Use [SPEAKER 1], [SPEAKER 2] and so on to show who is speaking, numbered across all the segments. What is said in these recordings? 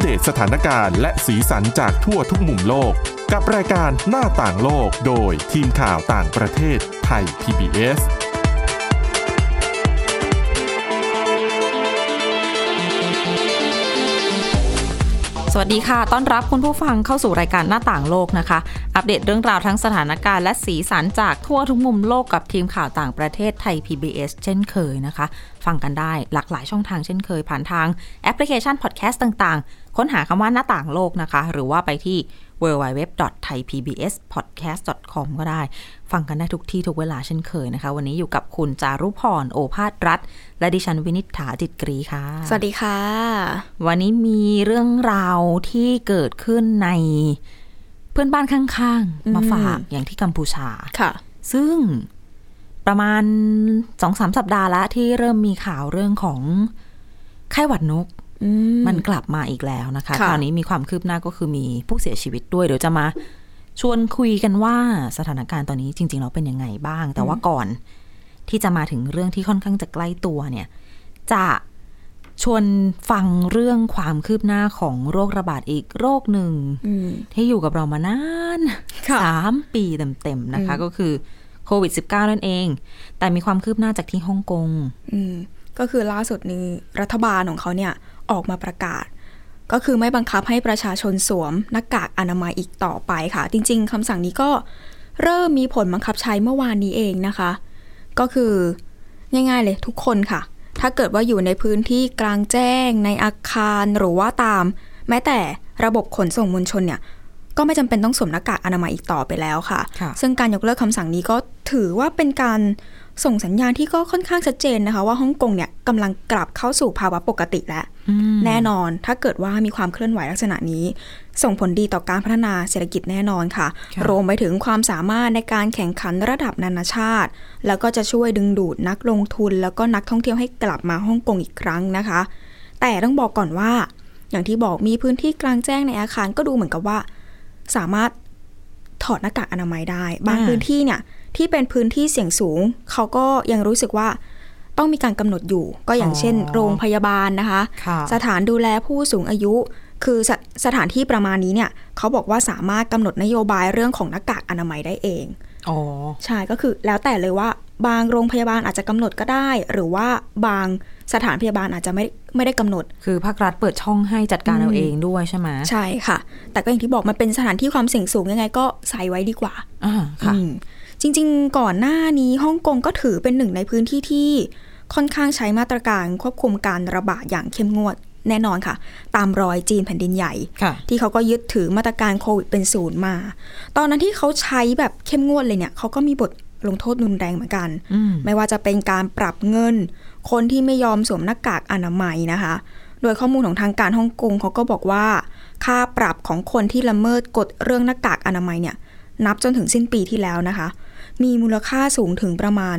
[SPEAKER 1] เดตสถานการณ์และสีสันจากทั่วทุกมุมโลกกับรายการหน้าต่างโลกโดยทีมข่าวต่างประเทศไทย PBS
[SPEAKER 2] สวัสดีค่ะต้อนรับคุณผู้ฟังเข้าสู่รายการหน้าต่างโลกนะคะอัปเดตเรื่องราวทั้งสถานการณ์และสีสันจากทั่วทุกมุมโลกกับทีมข่าวต่างประเทศไทย PBS เช่นเคยนะคะฟังกันได้หลากหลายช่องทางเช่นเคยผ่านทางแอปพลิเคชันพอดแคสต์ต่างๆค้นหาคำว่าหน้าต่างโลกนะคะหรือว่าไปที่ www.thaipbspodcast.com ก็ได้ฟังกันได้ทุกที่ทุกเวลาเช่นเคยนะคะวันนี้อยู่กับคุณจารุพรโอภาสรัตน์และดิฉันวินิษฐาจิตกรีค่ะ
[SPEAKER 3] สวัสดีค่ะ
[SPEAKER 2] วันนี้มีเรื่องราวที่เกิดขึ้นในเพื่อนบ้านข้างๆมาฝากอย่างที่กัมพูชา
[SPEAKER 3] ค่ะ
[SPEAKER 2] ซึ่งประมาณ 2-3 สัปดาห์แล้วที่เริ่มมีข่าวเรื่องของไข้หวัดนกมันกลับมาอีกแล้วนะคะคราวนี้มีความคืบหน้าก็คือมีผู้เสียชีวิตด้วยเดี๋ยวจะมาชวนคุยกันว่าสถานการณ์ตอนนี้จริงๆแล้วเป็นยังไงบ้างแต่ว่าก่อนที่จะมาถึงเรื่องที่ค่อนข้างจะใกล้ตัวเนี่ยจะชวนฟังเรื่องความคืบหน้าของโรคระบาดอีกโรคหนึ่งที่อยู่กับเรามานาน3 ปีเต็มๆนะคะก็คือโควิด -19 นั่นเองแต่มีความคืบหน้าจากที่ฮ่องกง
[SPEAKER 3] ก็คือล่าสุดนี้รัฐบาลของเขาเนี่ยออกมาประกาศก็คือไม่บังคับให้ประชาชนสวมหน้ากากอนามัยอีกต่อไปค่ะจริงๆคำสั่งนี้ก็เริ่มมีผลบังคับใช้เมื่อวานนี้เองนะคะก็คือง่ายๆเลยทุกคนค่ะถ้าเกิดว่าอยู่ในพื้นที่กลางแจ้งในอาคารหรือว่าตามแม้แต่ระบบขนส่งมวลชนเนี่ยก็ไม่จำเป็นต้องสวมหน้ากากอนามัยอีกต่อไปแล้วค่ะซึ่งการยกเลิกคำสั่งนี้ก็ถือว่าเป็นการส่งสัญญาณที่ก็ค่อนข้างชัดเจนนะคะว่าฮ่องกงเนี่ยกำลังกลับเข้าสู่ภาวะปกติแล้วแน่นอนถ้าเกิดว่ามีความเคลื่อนไหวลักษณะนี้ส่งผลดีต่อการพัฒนาเศรษฐกิจแน่นอนค่ะรวมไปถึงความสามารถในการแข่งขันระดับนานาชาติแล้วก็จะช่วยดึงดูดนักลงทุนแล้วก็นักท่องเที่ยวให้กลับมาฮ่องกงอีกครั้งนะคะแต่ต้องบอกก่อนว่าอย่างที่บอกมีพื้นที่กลางแจ้งในอาคารก็ดูเหมือนกับว่าสามารถถอดหน้ากากอนามัยได้บางพื้นที่เนี่ยที่เป็นพื้นที่เสี่ยงสูงเขาก็ยังรู้สึกว่าต้องมีการกำหนดอยู่ก็อย่างเช่นโรงพยาบาลนะคะสถานดูแลผู้สูงอายุคือสถานที่ประมาณนี้เนี่ยเขาบอกว่าสามารถกำหนดนโยบายเรื่องของหน้ากากอนามัยได้เองใช่ก็คือแล้วแต่เลยว่าบางโรงพยาบาลอาจจะกำหนดก็ได้หรือว่าบางสถานพยาบาลอาจจะไม่ได้กำหนด
[SPEAKER 2] คือภาครัฐเปิดช่องให้จัดการเอาเองด้วยใช่ไหม
[SPEAKER 3] ใช่ค่ะแต่ก็อย่างที่บอกมันเป็นสถานที่ความเสี่ยงสูงยังไงก็ใส่ไว้ดีกว่า
[SPEAKER 2] ค่ะ
[SPEAKER 3] จริงๆก่อนหน้านี้ฮ่องกงก็ถือเป็นหนึ่งในพื้นที่ที่ค่อนข้างใช้มาตรการควบคุมการระบาดอย่างเข้มงวดแน่นอนค่ะตามรอยจีนแผ่นดินใหญ่ที่เขาก็ยึดถือมาตรการโควิดเป็นศูนย์มาตอนนั้นที่เขาใช้แบบเข้มงวดเลยเนี่ยเขาก็มีบทลงโทษรุนแรงเหมือนกันไม่ว่าจะเป็นการปรับเงินคนที่ไม่ยอมสวมหน้ากากอนามัยนะคะโดยข้อมูลของทางการฮ่องกงเขาก็บอกว่าค่าปรับของคนที่ละเมิดกฎเรื่องหน้ากากอนามัยเนี่ยนับจนถึงสิ้นปีที่แล้วนะคะมีมูลค่าสูงถึงประมาณ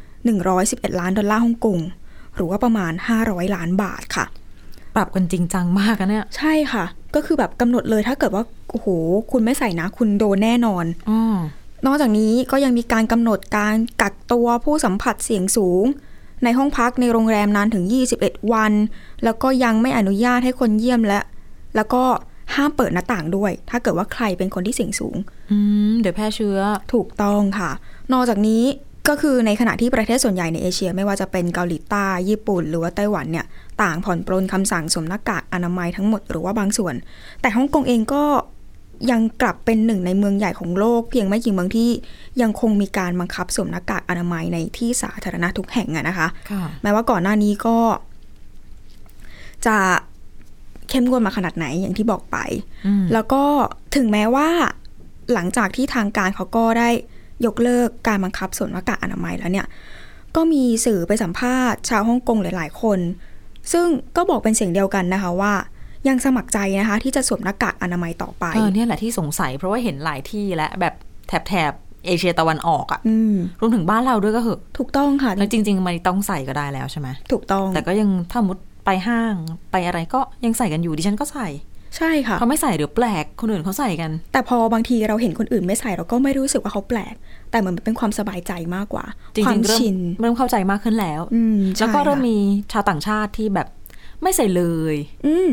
[SPEAKER 3] 111ล้านดอลลาร์ฮ่องกงหรือว่าประมาณ500ล้านบาทค่ะ
[SPEAKER 2] ปรับกันจริงจังมากนะเนี่ย
[SPEAKER 3] ใช่ค่ะก็คือแบบกำหนดเลยถ้าเกิดว่าโอ้โหคุณไม่ใส่นะคุณโดนแน่นอนนอกจากนี้ก็ยังมีการกำหนดการกักตัวผู้สัมผัสเสี่ยงสูงในห้องพักในโรงแรมนานถึง21วันแล้วก็ยังไม่อนุญาตให้คนเยี่ยมแล้วก็ห้ามเปิดหน้าต่างด้วยถ้าเกิดว่าใครเป็นคนที่เสี่ยงสูง
[SPEAKER 2] เดี๋ยวแพร่เชื้อ
[SPEAKER 3] ถูกต้องค่ะนอกจากนี้ก็คือในขณะที่ประเทศส่วนใหญ่ในเอเชียไม่ว่าจะเป็นเกาหลีใต้ญี่ปุ่นหรือว่าไต้หวันเนี่ยต่างผ่อนปรนคำสั่งสวมหน้ากากอนามัยทั้งหมดหรือว่าบางส่วนแต่ฮ่องกงเองก็ยังกลับเป็นหนึ่งในเมืองใหญ่ของโลกเพียงไม่กี่เมืองที่ยังคงมีการบังคับสวมหน้ากากอนามัยในที่สาธารณะทุกแห่งนะคะแม้ว่าก่อนหน้านี้ก็จะเข้มงวดมาขนาดไหนอย่างที่บอกไปแล้วก็ถึงแม้ว่าหลังจากที่ทางการเขาก็ได้ยกเลิกการบังคับสวมหน้ากากอนามัยแล้วเนี่ยก็มีสื่อไปสัมภาษณ์ชาวฮ่องกงหลายๆคนซึ่งก็บอกเป็นเสียงเดียวกันนะคะว่ายังสมัครใจนะคะที่จะสวมหน้ากากอนามัยต่อไป
[SPEAKER 2] เนี่ยแหละที่สงสัยเพราะว่าเห็นหลายที่และแบบแถบเอเชียตะวันออกอ่ะรวมถึงบ้านเราด้วยก็เหอะ
[SPEAKER 3] ถูกต้องค่ะ
[SPEAKER 2] แล้วจริงๆมันต้องใส่ก็ได้แล้วใช่ไหม
[SPEAKER 3] ถูกต้อง
[SPEAKER 2] แต่ก็ยังถ้ามุดไปห้างไปอะไรก็ยังใส่กันอยู่ดิฉันก็ใส่
[SPEAKER 3] ใช่ค่ะ
[SPEAKER 2] เขาไม่ใส่เดี๋ยวแปลกคนอื่นเขาใส่กัน
[SPEAKER 3] แต่พอบางทีเราเห็นคนอื่นไม่ใส่เราก็ไม่รู้สึกว่าเขาแปลกแต่เหมือนเป็นความสบายใจมากกว่าความชิน
[SPEAKER 2] เริ่มเข้าใจมากขึ้นแล้วแล้วก็เริ่มมีชาวต่างชาติที่แบบไม่ใส่เลย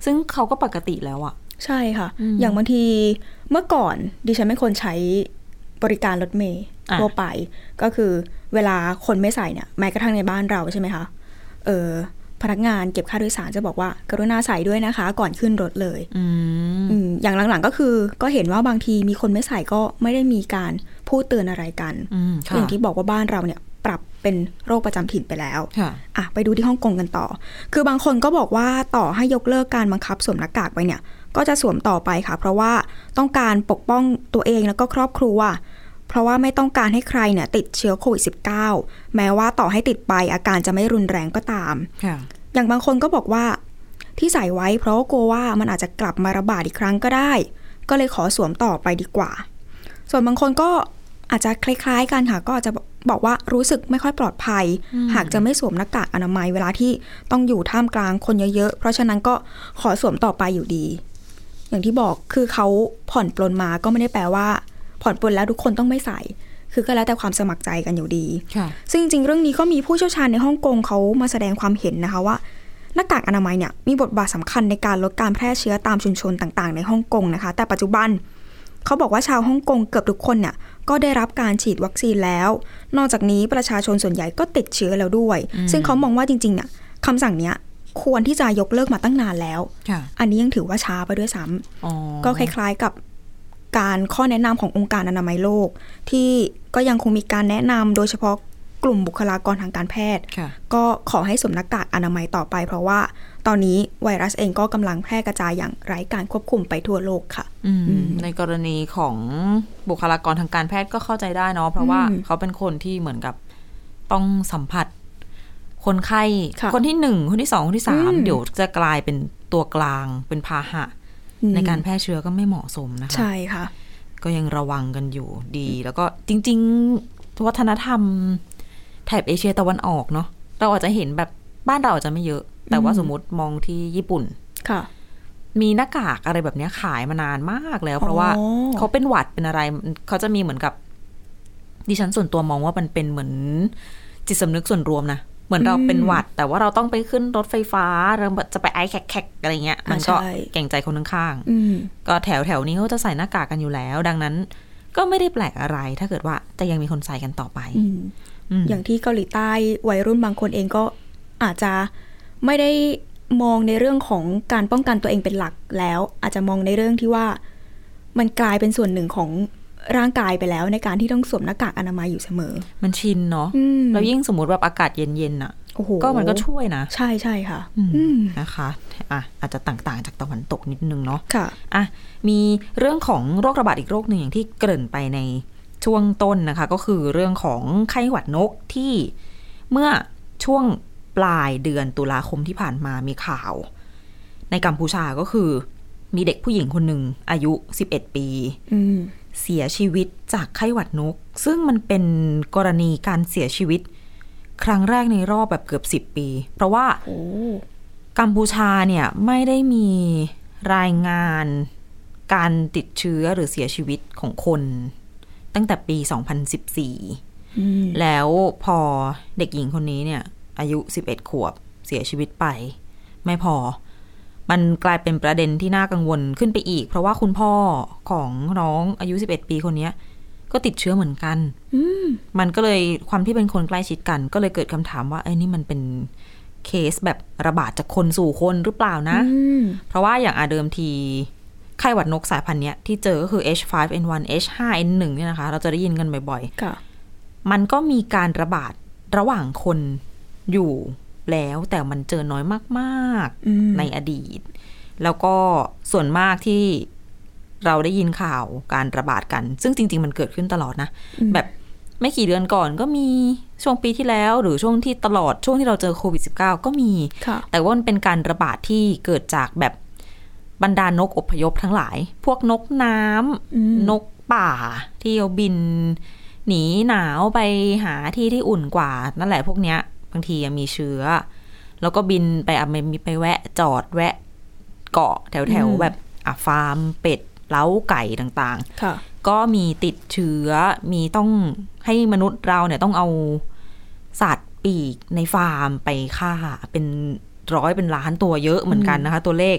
[SPEAKER 2] ซึ่งเขาก็ปกติแล้วอะ
[SPEAKER 3] ใช่ค่ะอย่างบางทีเมื่อก่อนดิฉันไม่คนใช้บริการรถเมล์ทั่วไปก็คือเวลาคนไม่ใส่เนี่ยแม้กระทั่งในบ้านเราใช่ไหมคะพนักงานเก็บค่าโดยสารจะบอกว่ากรุณาใส่ด้วยนะคะก่อนขึ้นรถเลยอย่างหลังๆก็คือก็เห็นว่าบางทีมีคนไม่ใส่ก็ไม่ได้มีการพูดเตือนอะไรกันอย่างที่บอกว่าบ้านเราเนี่ยปรับเป็นโรคประจำถิ่นไปแล้วไปดูที่ฮ่องกงกันต่อคือบางคนก็บอกว่าต่อให้ยกเลิกการบังคับสวมหน้ากากไปเนี่ยก็จะสวมต่อไปค่ะเพราะว่าต้องการปกป้องตัวเองแล้วก็ครอบครัวเพราะว่าไม่ต้องการให้ใครเนี่ยติดเชื้อโควิด -19 แม้ว่าต่อให้ติดไปอาการจะไม่รุนแรงก็ตามอย่างบางคนก็บอกว่าที่ใส่ไว้เพราะกลัวว่ามันอาจจะกลับมาระบาดอีกครั้งก็ได้ก็เลยขอสวมต่อไปดีกว่าส่วนบางคนก็อาจจะคล้ายๆกันค่ะก็อาจจะบอกว่ารู้สึกไม่ค่อยปลอดภัยหากจะไม่สวมหน้ากากอนามัยเวลาที่ต้องอยู่ท่ามกลางคนเยอะๆเพราะฉะนั้นก็ขอสวมต่อไปอยู่ดีอย่างที่บอกคือเขาผ่อนปลนมาก็ไม่ได้แปลว่าผ่อนปลนแล้วทุกคนต้องไม่ใส่คือก็แล้วแต่ความสมัครใจกันอยู่ดีซึ่งจริงๆเรื่องนี้ก็มีผู้เชี่ยวชาญในฮ่องกงเขามาแสดงความเห็นนะคะว่าหน้ากากอนามัยเนี่ยมีบทบาทสำคัญในการลดการแพร่เชื้อตามชุมชนต่างๆในฮ่องกงนะคะแต่ปัจจุบันเขาบอกว่าชาวฮ่องกงเกือบทุกคนเนี่ยก็ได้รับการฉีดวัคซีนแล้วนอกจากนี้ประชาชนส่วนใหญ่ก็ติดเชื้อแล้วด้วยซึ่งเขามองว่าจริงๆเนี่ยคำสั่งเนี้ยควรที่จะยกเลิกมาตั้งนานแล้วอันนี้ยังถือว่าช้าไปด้วยซ้ำก็คล้ายๆกับการข้อแนะนำขององค์การอนามัยโลกที่ก็ยังคงมีการแนะนำโดยเฉพาะกลุ่มบุคลากรทางการแพทย์ก็ขอให้สวมหน้ากากอนามัยต่อไปเพราะว่าตอนนี้ไวรัสเองก็กำลังแพร่กระจายอย่างไร้การควบคุมไปทั่วโลกค่ะ
[SPEAKER 2] ในกรณีของบุคลากรทางการแพทย์ก็เข้าใจได้เนาะเพราะว่าเขาเป็นคนที่เหมือนกับต้องสัมผัสคนไข้คนที่1คนที่2คนที่3เดี๋ยวจะกลายเป็นตัวกลางเป็นพาหะในการแพร่เชื้อก็ไม่เหมาะสมนะคะ
[SPEAKER 3] ใช่ค่ะ
[SPEAKER 2] ก็ยังระวังกันอยู่ดีแล้วก็จริงๆวัฒนธรรมแถบเอเชียตะวันออกเนาะเราอาจจะเห็นแบบบ้านเราอาจจะไม่เยอะแต่ว่าสมมติมองที่ญี่ปุ่น
[SPEAKER 3] ค่ะ
[SPEAKER 2] มีหน้ากากอะไรแบบนี้ขายมานานมากแล้วเพราะว่าเขาเป็นหวัดเป็นอะไรเขาจะมีเหมือนกับดิฉันส่วนตัวมองว่ามันเป็นเหมือนจิตสำนึกส่วนรวมนะเหมือนเราเป็นหวัดแต่ว่าเราต้องไปขึ้นรถไฟฟ้าเราจะไปไอแขกๆอะไรเงี้ยมันก็เกรงใจคนข้างๆก็แถวนี้เขาจะใส่หน้ากากกันอยู่แล้วดังนั้นก็ไม่ได้แปลกอะไรถ้าเกิดว่าจะยังมีคนใส่กันต่อไป
[SPEAKER 3] อย่างที่เกาหลีใต้วัยรุ่นบางคนเองก็อาจจะไม่ได้มองในเรื่องของการป้องกันตัวเองเป็นหลักแล้วอาจจะมองในเรื่องที่ว่ามันกลายเป็นส่วนหนึ่งของร่างกายไปแล้วในการที่ต้องสวมหน้ากากอนามัยอยู่เสมอ
[SPEAKER 2] มันชินเนาะแล้วยิ่งสมมติแบบอากาศเย็นๆอ่ะก็มันก็ช่วยนะ
[SPEAKER 3] ใช่ใช่ค่ะ
[SPEAKER 2] นะคะอาจจะต่างๆจากตะวันตกนิดนึงเนาะ
[SPEAKER 3] ค่ะ
[SPEAKER 2] มีเรื่องของโรคระบาดอีกโรคหนึ่งอย่างที่เกริ่นไปในช่วงต้นนะคะก็คือเรื่องของไข้หวัดนกที่เมื่อช่วงปลายเดือนตุลาคมที่ผ่านมามีข่าวในกัมพูชาก็คือมีเด็กผู้หญิงคนหนึ่งอายุ11ปีเสียชีวิตจากไข้หวัดนกซึ่งมันเป็นกรณีการเสียชีวิตครั้งแรกในรอบแบบเกือบ10ปีเพราะว่ากัมพูชาเนี่ยไม่ได้มีรายงานการติดเชื้อหรือเสียชีวิตของคนตั้งแต่ปี2014แล้วพอเด็กหญิงคนนี้เนี่ยอายุ11ขวบเสียชีวิตไปไม่พอมันกลายเป็นประเด็นที่น่ากังวลขึ้นไปอีกเพราะว่าคุณพ่อของน้องอายุ11ปีคนนี้ก็ติดเชื้อเหมือนกันมันก็เลยความที่เป็นคนใกล้ชิดกันก็เลยเกิดคำถามว่าไอ้นี่มันเป็นเคสแบบระบาดจากคนสู่คนหรือเปล่านะเพราะว่าอย่างเดิมทีไข้หวัดนกสายพันธุ์เนี้ยที่เจอก็คือ H5N1 H5N1 เนี่ยนะคะเราจะได้ยินกันบ่อยๆมันก็มีการระบาดระหว่างคนอยู่แล้วแต่มันเจอน้อยมากๆในอดีตแล้วก็ส่วนมากที่เราได้ยินข่าวการระบาดกันซึ่งจริงๆมันเกิดขึ้นตลอดนะแบบไม่กี่เดือนก่อนก็มีช่วงปีที่แล้วหรือช่วงที่ตลอดช่วงที่เราเจอโควิด -19 ก็มีแต่ว่ามันเป็นการระบาดที่เกิดจากแบบบรรดานกอพยพทั้งหลายพวกนกน้ำนกป่าที่เอาบินหนีหนาวไปหาที่อุ่นกว่านั่นแหละพวกเนี้ยบางทีมีเชื้อแล้วก็บินไปมีไปแวะจอดแวะเกาะแถวๆแบบฟาร์มเป็ดเล้าไก่ต่างๆก็มีติดเชื้อมีต้องให้มนุษย์เราเนี่ยต้องเอาสัตว์ปีกในฟาร์มไปฆ่าเป็นร้อยเป็นล้านตัวเยอะเหมือนกันนะคะตัวเลข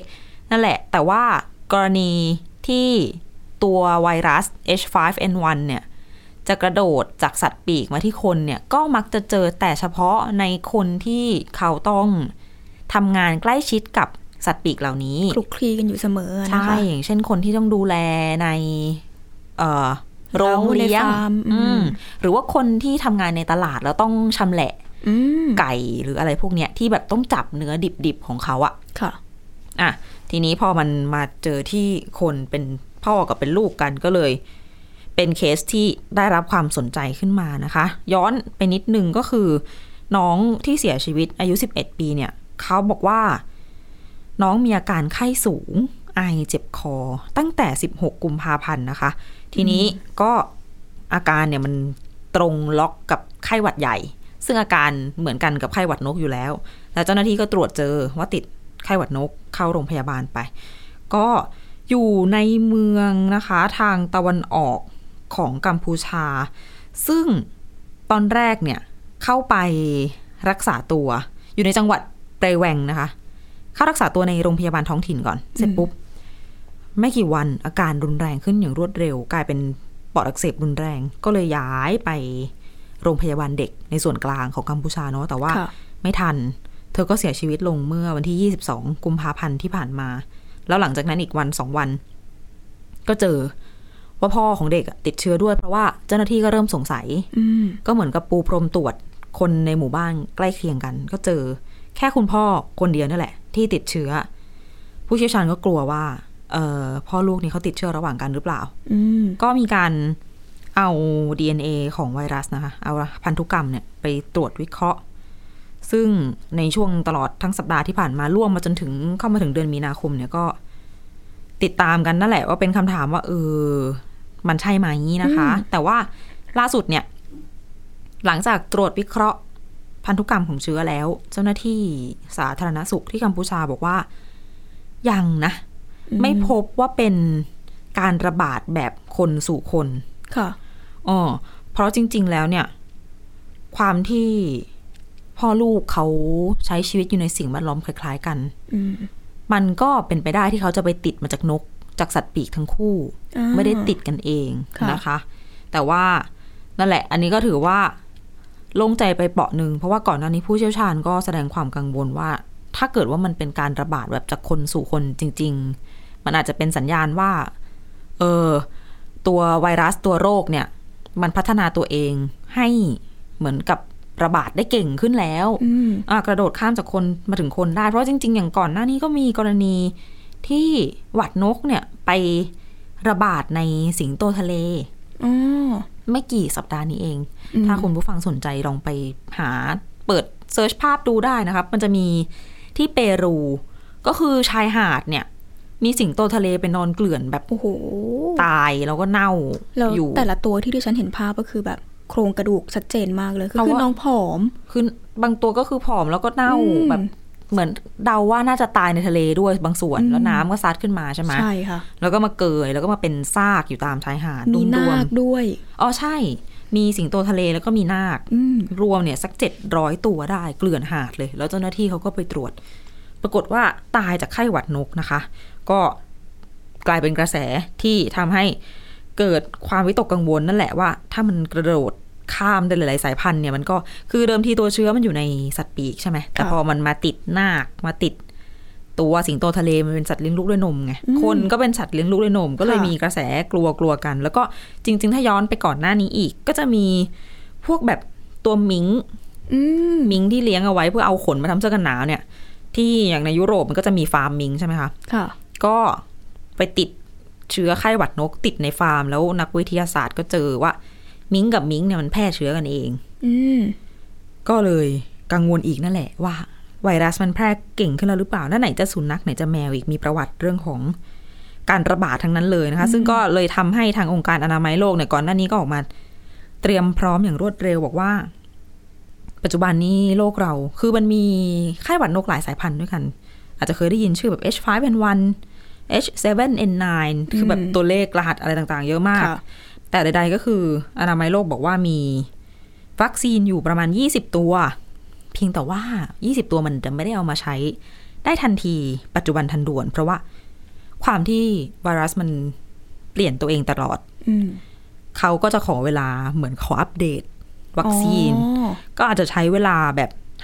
[SPEAKER 2] นั่นแหละแต่ว่ากรณีที่ตัวไวรัส H5N1 เนี่ยจะกระโดดจากสัตว์ปีกมาที่คนเนี่ยก็มักจะเจอแต่เฉพาะในคนที่เขาต้องทำงานใกล้ชิดกับสัตว์ปีกเหล่านี้
[SPEAKER 3] คลุกคลีกันอยู่เสมอนะคะ
[SPEAKER 2] ใช่อย่างเช่นคนที่ต้องดูแลในโรงเลี้ยงหรือว่าคนที่ทำงานในตลาดแล้วต้องชำแหละไก่หรืออะไรพวกเนี้ยที่แบบต้องจับเนื้อดิบๆของเขาอะ
[SPEAKER 3] ค่ะ
[SPEAKER 2] ทีนี้พอมันมาเจอที่คนเป็นพ่อกับเป็นลูกกันก็เลยเป็นเคสที่ได้รับความสนใจขึ้นมานะคะย้อนไปนิดนึงก็คือน้องที่เสียชีวิตอายุ11ปีเนี่ยเขาบอกว่าน้องมีอาการไข้สูงไอเจ็บคอตั้งแต่16กุมภาพันธ์นะคะทีนี้ก็อาการเนี่ยมันตรงล็อกกับไข้หวัดใหญ่ซึ่งอาการเหมือนกันกับไข้หวัดนกอยู่แล้วแล้วเจ้าหน้าที่ก็ตรวจเจอว่าติดไข้หวัดนกเข้าโรงพยาบาลไปก็อยู่ในเมืองนะคะทางตะวันออกของกัมพูชาซึ่งตอนแรกเนี่ยเข้าไปรักษาตัวอยู่ในจังหวัดเปรแวงนะคะเข้ารักษาตัวในโรงพยาบาลท้องถิ่นก่อนเสร็จปุ๊บไม่กี่วันอาการรุนแรงขึ้นอย่างรวดเร็วกลายเป็นปอดอักเสบรุนแรงก็เลยย้ายไปโรงพยาบาลเด็กในส่วนกลางของกัมพูชาเนาะแต่ว่าไม่ทันเธอก็เสียชีวิตลงเมื่อวันที่22กุมภาพันธ์ที่ผ่านมาแล้วหลังจากนั้นอีกวัน2วันก็เจอว่าพ่อของเด็กติดเชื้อด้วยเพราะว่าเจ้าหน้าที่ก็เริ่มสงสัยก็เหมือนกับปูพรมตรวจคนในหมู่บ้านใกล้เคียงกันก็เจอแค่คุณพ่อคนเดียวนั่นแหละที่ติดเชื้อผู้เชี่ยวชาญก็กลัวว่าพ่อลูกนี้เขาติดเชื้อระหว่างกันหรือเปล่าก็มีการเอา DNA ของไวรัสนะคะเอาพันธุกรรมเนี่ยไปตรวจวิเคราะห์ซึ่งในช่วงตลอดทั้งสัปดาห์ที่ผ่านมาล่วงมาจนถึงเข้ามาถึงเดือนมีนาคมเนี่ยก็ติดตามกันนั่นแหละว่าเป็นคำถามว่ามันใช่ไหมนะคะแต่ว่าล่าสุดเนี่ยหลังจากตรวจวิเคราะห์พันธุกรรมของเชื้อแล้วเจ้าหน้าที่สาธารณสุขที่กัมพูชาบอกว่ายังนะไม่พบว่าเป็นการระบาดแบบคนสู่คน
[SPEAKER 3] ค่ะ
[SPEAKER 2] เพราะจริงๆแล้วเนี่ยความที่พ่อลูกเขาใช้ชีวิตอยู่ในสิ่งแวดล้อมคล้ายๆกันมันก็เป็นไปได้ที่เขาจะไปติดมาจากนกจากสัตว์ปีกทั้งคู่ไม่ได้ติดกันเองนะคะแต่ว่านั่นแหละอันนี้ก็ถือว่าโล่งใจไปเปาะหนึ่งเพราะว่าก่อนหน้านี้ผู้เชี่ยวชาญก็แสดงความกังวลว่าถ้าเกิดว่ามันเป็นการระบาดแบบจากคนสู่คนจริงๆมันอาจจะเป็นสัญญาณว่าตัวไวรัสตัวโรคเนี่ยมันพัฒนาตัวเองให้เหมือนกับระบาดได้เก่งขึ้นแล้วกระโดดข้ามจากคนมาถึงคนได้เพราะจริงๆอย่างก่อนหน้านี้ก็มีกรณีที่หวัดนกเนี่ยไประบาดในสิงโตทะเลไม่กี่สัปดาห์นี้เองถ้าคุณผู้ฟังสนใจลองไปหาเปิดเซิร์ชภาพดูได้นะครับมันจะมีที่เปรูก็คือชายหาดเนี่ยมีสิงโตทะเลไปนอนเกลื่อนแบบโอ้โหตายแล้วก็เน่าอยู่
[SPEAKER 3] แต่ละตัวที่ดิฉันเห็นภาพก็คือแบบโครงกระดูกชัดเจนมากเลยคือน้องผอม
[SPEAKER 2] คือบางตัวก็คือผอมแล้วก็เน่าแบบเหมือนเดาว่าน่าจะตายในทะเลด้วยบางส่วนแล้วน้ำก็ซัดขึ้นมาใช่ไหม
[SPEAKER 3] ใช่ค่ะ
[SPEAKER 2] แล้วก็มาเกยแล้วก็มาเป็นซากอยู่ตามชายหาด
[SPEAKER 3] มีนาคด้วย
[SPEAKER 2] ใช่มีสิงโตทะเลแล้วก็มีนาครวมเนี่ยสัก700ตัวได้เกลื่อนหาดเลยแล้วเจ้าหน้าที่เขาก็ไปตรวจปรากฏว่าตายจากไข้หวัดนกนะคะก็กลายเป็นกระแสที่ทำให้เกิดความวิตกกังวลนั่นแหละว่าถ้ามันกระโดดข้ามได้หลายๆสายพันธุ์เนี่ยมันก็คือเดิมทีตัวเชื้อมันอยู่ในสัตว์ปีกใช่ไหมแต่พอมันมาติดนาคมาติดตัวสิงโตทะเลมันเป็นสัตว์เลี้ยงลูกด้วยนมไงคนก็เป็นสัตว์เลี้ยงลูกด้วยนมก็เลยมีกระแสกลัวกันแล้วก็จริงๆถ้าย้อนไปก่อนหน้านี้อีกก็จะมีพวกแบบตัวมิงที่เลี้ยงเอาไว้เพื่อเอาขนมาทำเสื้อกันหนาวเนี่ยที่อย่างในยุโรปมันก็จะมีฟาร์มมิงใช่ไหมคะก็ไปติดเชื้อไข้หวัดนกติดในฟาร์มแล้วนักวิทยาศาสตร์ก็เจอว่ามิงกับมิงเนี่ยมันแพร่เชื้อกันเองก็เลยกังวลอีกนั่นแหละว่าไวรัสมันแพร่เก่งขึ้นแล้วหรือเปล่าแล้วไหนจะสุนัขไหนจะแมวอีกมีประวัติเรื่องของการระบาดทั้งนั้นเลยนะคะซึ่งก็เลยทำให้ทางองค์การอนามัยโลกเนี่ยก่อนหน้านี้ก็ออกมาเตรียมพร้อมอย่างรวดเร็วบอกว่าปัจจุบันนี้โลกเราคือมันมีไข้หวัดนกหลายสายพันธุ์ด้วยกันอาจจะเคยได้ยินชื่อแบบ H5N1 H7N9 คือแบบตัวเลขรหัสอะไรต่างๆเยอะมากแต่ใดๆก็คืออนามัยโลกบอกว่ามีวัคซีนอยู่ประมาณ20ตัวเพียงแต่ว่า20ตัวมันจะไม่ได้เอามาใช้ได้ทันทีปัจจุบันทันด่วนเพราะว่าความที่ไวรัสมันเปลี่ยนตัวเองตลอดเขาก็จะขอเวลาเหมือนขออัปเดตวัคซีนก็อาจจะใช้เวลาแบบ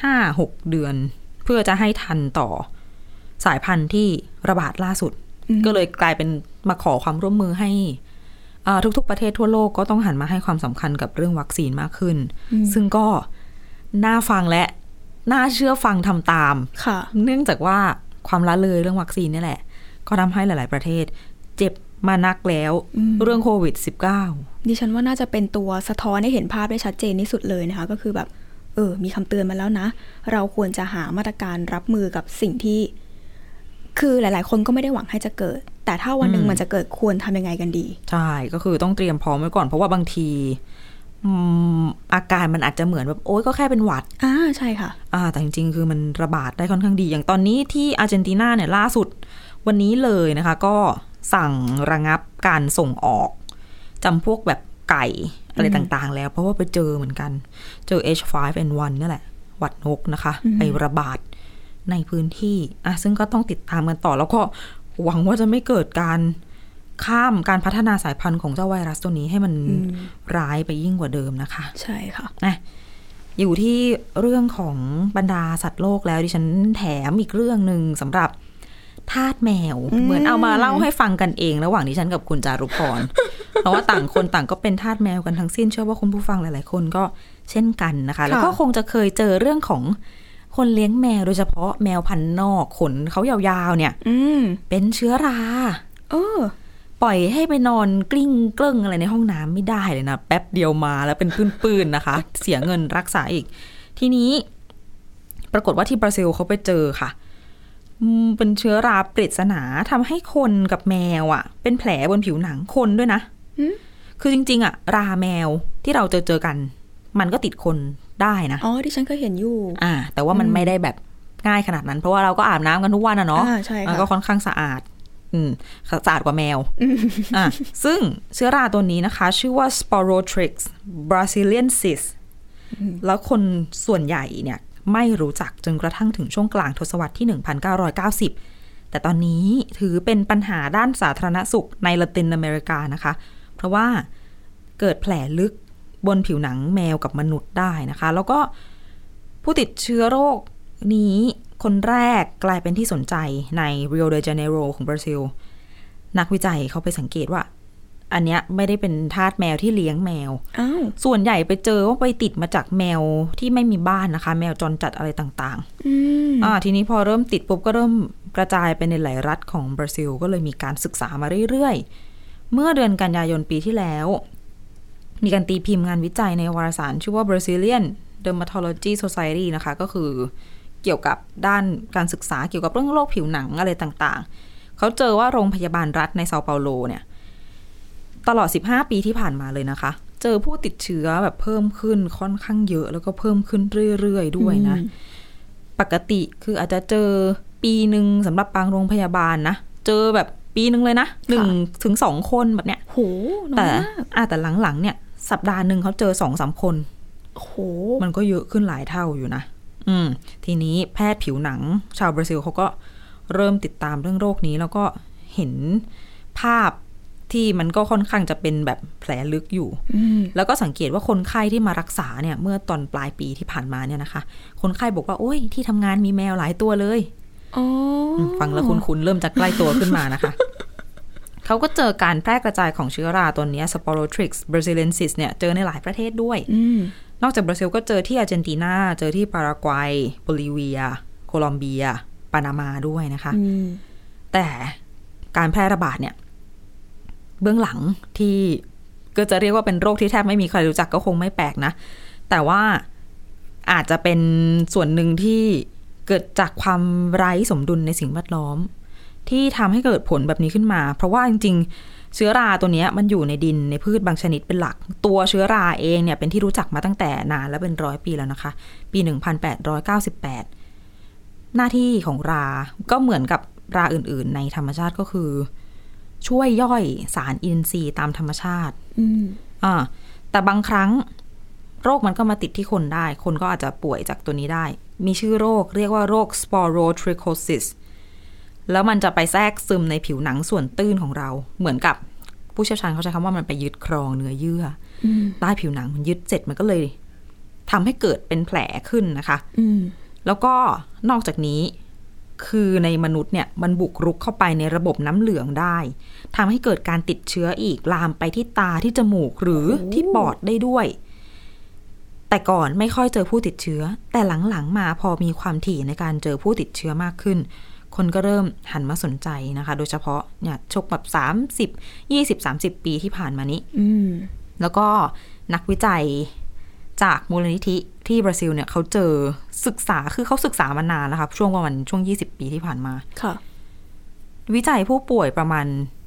[SPEAKER 2] 5-6 เดือนเพื่อจะให้ทันต่อสายพันธุ์ที่ระบาดล่าสุดก็เลยกลายเป็นมาขอความร่วมมือให้ทุกๆประเทศทั่วโลกก็ต้องหันมาให้ความสำคัญกับเรื่องวัคซีนมากขึ้นซึ่งก็น่าฟังและน่าเชื่อฟังทำตามเนื่องจากว่าความละเลยเรื่องวัคซีนนี่แหละก็ทำให้หลายๆประเทศเจ็บมานักแล้วเรื่องโควิด -19
[SPEAKER 3] ดิฉันว่าน่าจะเป็นตัวสะท้อนให้เห็นภาพได้ชัดเจนที่สุดเลยนะคะก็คือแบบมีคำเตือนมาแล้วนะเราควรจะหามาตรการรับมือกับสิ่งที่คือหลายๆคนก็ไม่ได้หวังให้จะเกิดแต่ถ้าวันหนึ่งมันจะเกิดควรทำยังไงกันดี
[SPEAKER 2] ใช่ก็คือต้องเตรียมพร้อมไว้ก่อนเพราะว่าบางทีอาการมันอาจจะเหมือนแบบโอ๊ยก็แค่เป็นหวัด
[SPEAKER 3] ใช่ค่ะ
[SPEAKER 2] แต่จริงๆคือมันระบาดได้ค่อนข้างดีอย่างตอนนี้ที่อาร์เจนตินาเนี่ยล่าสุดวันนี้เลยนะคะก็สั่งระงับการส่งออกจำพวกแบบไก่อะไรต่างๆแล้วเพราะว่าไปเจอเหมือนกันเจอ H5N1 นี่แหละหวัดนกนะคะไประบาดในพื้นที่ซึ่งก็ต้องติดตามกันต่อแล้วก็หวังว่าจะไม่เกิดการข้ามการพัฒนาสายพันธุ์ของเจ้าไวรัสตัวนี้ให้มันร้ายไปยิ่งกว่าเดิมนะคะ
[SPEAKER 3] ใช่ค่ะ
[SPEAKER 2] อยู่ที่เรื่องของบรรดาสัตว์โลกแล้วดิฉันแถมอีกเรื่องนึงสำหรับทาสแมวเหมือนเอามาเล่าให้ฟังกันเองระหว่างดิฉันกับคุณจารุพร เพราะว่าต่างคนต่างก็เป็นทาสแมวกันทั้งสิ้นเชื่อว่าคุณผู้ฟังหลายๆคนก็เช่นกันนะคะแล้วก็คงจะเคยเจอเรื่องของคนเลี้ยงแมวโดยเฉพาะแมวพันธุ์นอกขนเขายาวๆเนี่ยเป็นเชื้อราปล่อยให้ไปนอนกลิ้งเกลิ้งอะไรในห้องน้ำไม่ได้เลยนะแป๊บเดียวมาแล้วเป็นปื้นๆนะคะ เสียเงินรักษาอีกทีนี้ปรากฏว่าที่บราซิลเขาไปเจอค่ะเป็นเชื้อราปริศนาทำให้คนกับแมวเป็นแผลบนผิวหนังคนด้วยนะคือจริงๆราแมวที่เราเจอกันมันก็ติดคนได้นะ
[SPEAKER 3] ที่ฉันก็เห็นอยู่
[SPEAKER 2] แต่ว่ามันไม่ได้แบบง่ายขนาดนั้นเพราะว่าเราก็อาบน้ำกันทุกวันเนาะมันก็ค่อนข้างสะอาดสะอาดกว่าแมวซึ่งเชื้อราตัวนี้นะคะชื่อว่า Sporotryx brasiliensis แล้วคนส่วนใหญ่เนี่ยไม่รู้จักจนกระทั่งถึงช่วงกลางทศวรรษที่ 1990 แต่ตอนนี้ถือเป็นปัญหาด้านสาธารณสุขในละตินอเมริกานะคะเพราะว่าเกิดแผลลึกบนผิวหนังแมวกับมนุษย์ได้นะคะแล้วก็ผู้ติดเชื้อโรคนี้คนแรกกลายเป็นที่สนใจในริโอเดจาเนโรของบราซิลนักวิจัยเขาไปสังเกตว่าอันเนี้ยไม่ได้เป็นทาสแมวที่เลี้ยงแมวส่วนใหญ่ไปเจอว่าไปติดมาจากแมวที่ไม่มีบ้านนะคะแมวจรจัดอะไรต่างๆทีนี้พอเริ่มติดปุ๊บก็เริ่มกระจายไปในหลายรัฐของบราซิลก็เลยมีการศึกษามาเรื่อยๆเมื่อเดือนกันยายนปีที่แล้วมีการตีพิมพ์งานวิจัยในวารสารชื่อว่า Brazilian Dermatology Society นะคะก็คือเกี่ยวกับด้านการศึกษาเกี่ยวกับเรื่องโรคผิวหนังอะไรต่างๆเขาเจอว่าโรงพยาบาลรัฐในเซาเปาโลเนี่ยตลอด15ปีที่ผ่านมาเลยนะคะเจอผู้ติดเชื้อแบบเพิ่มขึ้นค่อนข้างเยอะแล้วก็เพิ่มขึ้นเรื่อยๆด้วยนะปกติคืออาจจะเจอปีนึงสำหรับบางโรงพยาบาลนะเจอแบบปีนึงเลยนะ1 ถึง 2 คนแบบเนี้ย
[SPEAKER 3] โห
[SPEAKER 2] แต่หลังๆเนี่ยสัปดาห์นึงเขาเจอ 2-3 คน
[SPEAKER 3] โห
[SPEAKER 2] มันก็เยอะขึ้นหลายเท่าอยู่นะทีนี้แพทย์ผิวหนังชาวบราซิลเขาก็เริ่มติดตามเรื่องโรคนี้แล้วก็เห็นภาพที่มันก็ค่อนข้างจะเป็นแบบแผลลึกอยู่แล้วก็สังเกตว่าคนไข้ที่มารักษาเนี่ยเมื่อตอนปลายปีที่ผ่านมาเนี่ยนะคะคนไข้บอกว่าโอ้ยที่ทำงานมีแมวหลายตัวเลยฟังแล้วคุ้นๆเริ่มจะใกล้ตัวขึ้นมานะคะ เขาก็เจอการแพร่กระจายของเชื้อราตัวนี้ Sporotryx brasiliensis เนี่ยเจอในหลายประเทศด้วยนอกจากบราซิลก็เจอที่อาร์เจนตินาเจอที่ปารากวัยโบลิเวียโคลอมเบียปานามาด้วยนะคะแต่การแพร่ระบาดเนี่ยเบื้องหลังที่ก็จะเรียกว่าเป็นโรคที่แทบไม่มีใครรู้จักก็คงไม่แปลกนะแต่ว่าอาจจะเป็นส่วนหนึ่งที่เกิดจากความไร้สมดุลในสิ่งแวดล้อมที่ทำให้เกิดผลแบบนี้ขึ้นมาเพราะว่าจริงๆเชื้อราตัวนี้มันอยู่ในดินในพืชบางชนิดเป็นหลักตัวเชื้อราเองเนี่ยเป็นที่รู้จักมาตั้งแต่นานและเป็น100 ปีแล้วนะคะปี 1898หน้าที่ของราก็เหมือนกับราอื่นๆในธรรมชาติก็คือช่วยย่อยสารอินทรีย์ตามธรรมชาติแต่บางครั้งโรคมันก็มาติดที่คนได้คนก็อาจจะป่วยจากตัวนี้ได้มีชื่อโรคเรียกว่าโรค Sporotrichosis แล้วมันจะไปแทรกซึมในผิวหนังส่วนตื้นของเราเหมือนกับผู้เชี่ยวชาญเขาใช้คำว่ามันไปยึดครองเนื้อเยื่อใต้ผิวหนังมันยึดเสร็จมันก็เลยทำให้เกิดเป็นแผลขึ้นนะคะแล้วก็นอกจากนี้คือในมนุษย์เนี่ยมันบุกรุกเข้าไปในระบบน้ำเหลืองได้ทำให้เกิดการติดเชื้ออีกลามไปที่ตาที่จมูกหรือที่ปอดได้ด้วยแต่ก่อนไม่ค่อยเจอผู้ติดเชื้อแต่หลังๆมาพอมีความถี่ในการเจอผู้ติดเชื้อมากขึ้นคนก็เริ่มหันมาสนใจนะคะโดยเฉพาะเนี่ยชกแบบ30 ปีที่ผ่านมานี้แล้วก็นักวิจัยจากมูลนิธิที่บราซิลเนี่ยเขาเจอศึกษาคือเขาศึกษามานานแล้วค่ะช่วงประมาณช่วง20 ปีที่ผ่านมาค่ะวิจัยผู้ป่วยประมาณ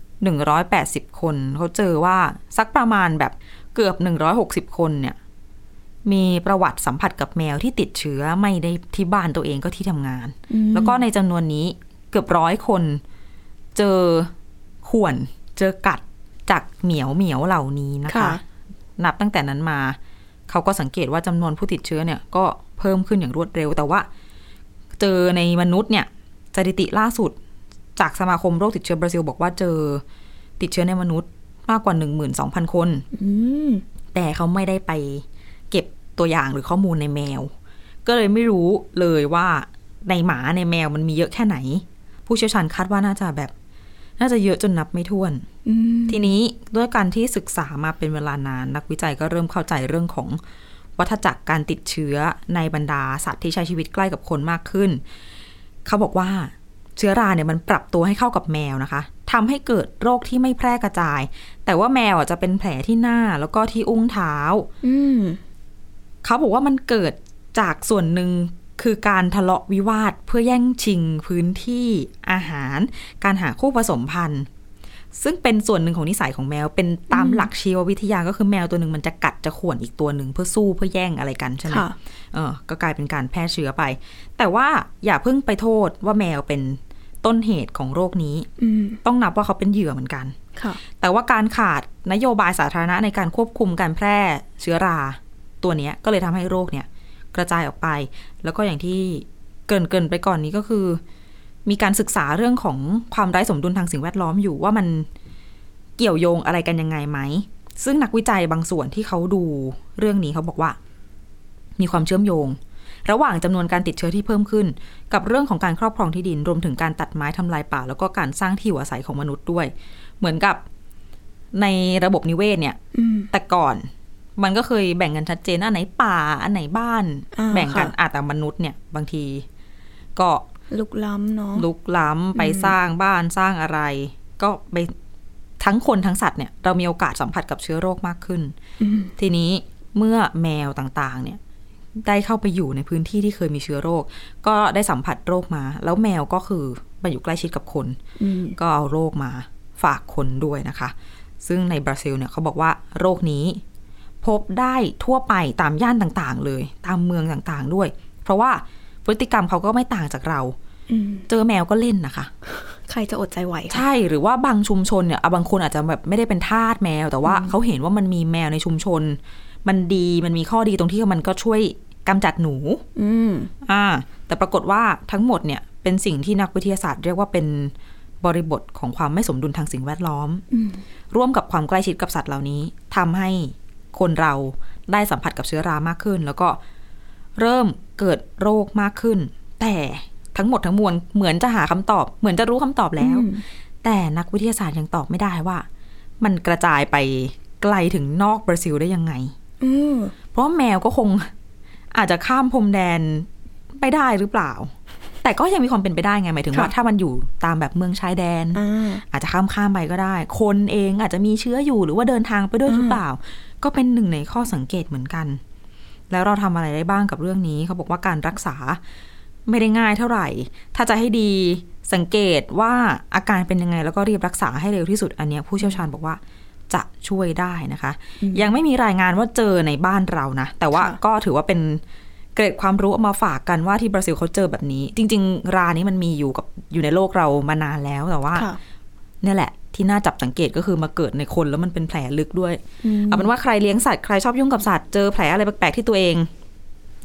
[SPEAKER 2] 180คนเขาเจอว่าสักประมาณแบบเกือบ160คนเนี่ยมีประวัติสัมผัสกับแมวที่ติดเชื้อไม่ได้ที่บ้านตัวเองก็ที่ทำงานแล้วก็ในจำนวนนี้เกือบ100คนเจอข่วนเจอกัดจากเหมียวเหล่านี้นะคะนับตั้งแต่นั้นมาเขาก็สังเกตว่าจำนวนผู้ติดเชื้อเนี่ยก็เพิ่มขึ้นอย่างรวดเร็วแต่ว่าเจอในมนุษย์เนี่ยสถิติล่าสุดจากสมาคมโรคติดเชื้อบราซิลบอกว่าเจอติดเชื้อในมนุษย์มากกว่า 12,000 คนแต่เขาไม่ได้ไปเก็บตัวอย่างหรือข้อมูลในแมวก็เลยไม่รู้เลยว่าในหมาในแมวมันมีเยอะแค่ไหนผู้เชี่ยวชาญคาดว่าน่าจะเยอะจนนับไม่ถ้วนทีนี้ด้วยการที่ศึกษามาเป็นเวลานานนักวิจัยก็เริ่มเข้าใจเรื่องของวัฏจักรการติดเชื้อในบรรดาสัตว์ที่ใช้ชีวิตใกล้กับคนมากขึ้นเขาบอกว่าเชื้อราเนี่ยมันปรับตัวให้เข้ากับแมวนะคะทำให้เกิดโรคที่ไม่แพร่กระจายแต่ว่าแมวจะเป็นแผลที่หน้าแล้วก็ที่อุ้งเท้าเขาบอกว่ามันเกิดจากส่วนหนึ่งคือการทะเลาะวิวาทเพื่อแย่งชิงพื้นที่อาหารการหาคู่ผสมพันธุ์ซึ่งเป็นส่วนหนึ่งของนิสัยของแมวเป็นตามหลักชีววิทยาก็คือแมวตัวหนึ่งมันจะกัดจะข่วนอีกตัวหนึ่งเพื่อสู้เพื่อแย่งอะไรกันใช่ไหมก็กลายเป็นการแพร่เชื้อไปแต่ว่าอย่าเพิ่งไปโทษว่าแมวเป็นต้นเหตุของโรคนี้ต้องนับว่าเขาเป็นเหยื่อเหมือนกันแต่ว่าการขาดนโยบายสาธารณะในการควบคุมการแพร่เชื้อราตัวนี้ก็เลยทำให้โรคเนี่ยกระจายออกไปแล้วก็อย่างที่เกริ่นไปก่อนนี้ก็คือมีการศึกษาเรื่องของความไร้สมดุลทางสิ่งแวดล้อมอยู่ว่ามันเกี่ยวโยงอะไรกันยังไงไหมซึ่งนักวิจัยบางส่วนที่เขาดูเรื่องนี้เขาบอกว่ามีความเชื่อมโยงระหว่างจำนวนการติดเชื้อที่เพิ่มขึ้นกับเรื่องของการครอบครองที่ดินรวมถึงการตัดไม้ทำลายป่าแล้วก็การสร้างที่อยู่อาศัยของมนุษย์ด้วยเหมือนกับในระบบนิเวศเนี่ยแต่ก่อนมันก็เคยแบ่งกันชัดเจนอันไหนป่าอันไหนบ้านแบ่งกันแต่มนุษย์เนี่ยบางทีก็
[SPEAKER 3] ลุกล้ำเนาะ
[SPEAKER 2] ลุกล้ำไปสร้างบ้านสร้างอะไรก็ไปทั้งคนทั้งสัตว์เนี่ยเรามีโอกาสสัมผัสกับเชื้อโรคมากขึ้นทีนี้เมื่อแมวต่างๆเนี่ยได้เข้าไปอยู่ในพื้นที่ที่เคยมีเชื้อโรคก็ได้สัมผัสโรคมาแล้วแมวก็คือมาอยู่ใกล้ชิดกับคนก็เอาโรคมาฝากคนด้วยนะคะซึ่งในบราซิลเนี่ยเขาบอกว่าโรคนี้พบได้ทั่วไปตามย่านต่างๆเลยตามเมืองต่างๆด้วยเพราะว่าพฤติกรรมเขาก็ไม่ต่างจากเราเจอแมวก็เล่นนะคะ
[SPEAKER 3] ใครจะอดใจไหว
[SPEAKER 2] ใช่หรือว่าบางชุมชนเนี่ยบางคนอาจจะแบบไม่ได้เป็นทาสแมวแต่ว่าเขาเห็นว่ามันมีแมวในชุมชนมันดีมันมีข้อดีตรงที่มันก็ช่วยกำจัดหนูแต่ปรากฏว่าทั้งหมดเนี่ยเป็นสิ่งที่นักวิทยาศาสตร์เรียกว่าเป็นบริบทของความไม่สมดุลทางสิ่งแวดล้อมร่วมกับความใกล้ชิดกับสัตว์เหล่านี้ทำให้คนเราได้สัมผัสกับเชื้อรามากขึ้นแล้วก็เริ่มเกิดโรคมากขึ้นแต่ทั้งหมดทั้งมวลเหมือนจะหาคำตอบเหมือนจะรู้คำตอบแล้วแต่นักวิทยาศาสตร์ยังตอบไม่ได้ว่ามันกระจายไปไกลถึงนอกบราซิลได้ยังไงเพราะแมวก็คงอาจจะข้ามพรมแดนไปได้หรือเปล่าแต่ก็ยังมีความเป็นไปได้ไงหมายถึงว่าถ้ามันอยู่ตามแบบเมืองชายแดนอาจจะข้ามไปก็ได้คนเองอาจจะมีเชื้ออยู่หรือว่าเดินทางไปด้วยหรือเปล่าก็เป็นหนึ่งในข้อสังเกตเหมือนกันแล้วเราทำอะไรได้บ้างกับเรื่องนี้เขาบอกว่าการรักษาไม่ได้ง่ายเท่าไหร่ถ้าจะให้ดีสังเกตว่าอาการเป็นยังไงแล้วก็รีบรักษาให้เร็วที่สุดอันนี้ผู้เชี่ยวชาญบอกว่าจะช่วยได้นะคะยังไม่มีรายงานว่าเจอในบ้านเรานะแต่ว่าก็ถือว่าเป็นเกร็ดความรู้เอามาฝากกันว่าที่บราซิลเขาเจอแบบนี้จริงๆรานี้มันมีอยู่ในโลกเรามานานแล้วแต่ว่าเนี่ยแหละที่น่าจับสังเกตก็คือมาเกิดในคนแล้วมันเป็นแผลลึกด้วยเอาเป็นว่าใครเลี้ยงสัตว์ใครชอบยุ่งกับสัตว์เจอแผลอะไรแปลกๆที่ตัวเอง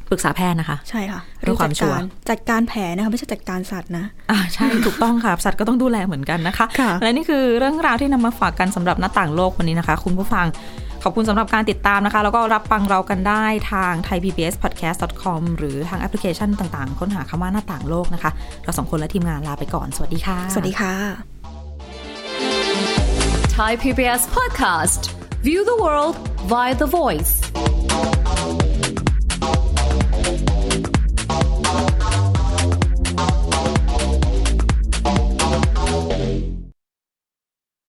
[SPEAKER 2] ปรึกษาแพทย์นะคะ
[SPEAKER 3] ใช่ค่ะ
[SPEAKER 2] เพื่อความชัวร์
[SPEAKER 3] จัดการแผลนะคะไม่ใช่จัดการสัตว์นะ
[SPEAKER 2] ใช่ถูกต้องค่ะสัตว์ก็ต้องดูแลเหมือนกันนะคะและนี่คือเรื่องราวที่นำมาฝากกันสำหรับหน้าต่างโลกวันนี้นะคะคุณผู้ฟังขอบคุณสำหรับการติดตามนะคะแล้วก็รับฟังเรากันได้ทาง thaipbspodcast.com หรือทางแอปพลิเคชันต่างๆค้นหาคำว่าหน้าต่างโลกนะคะเรา2คนและทีมงานลาไปก่อนสวัสดีค่ะ
[SPEAKER 3] สวัสดีค่ะ
[SPEAKER 4] Thai PBS Podcast View the world via the voice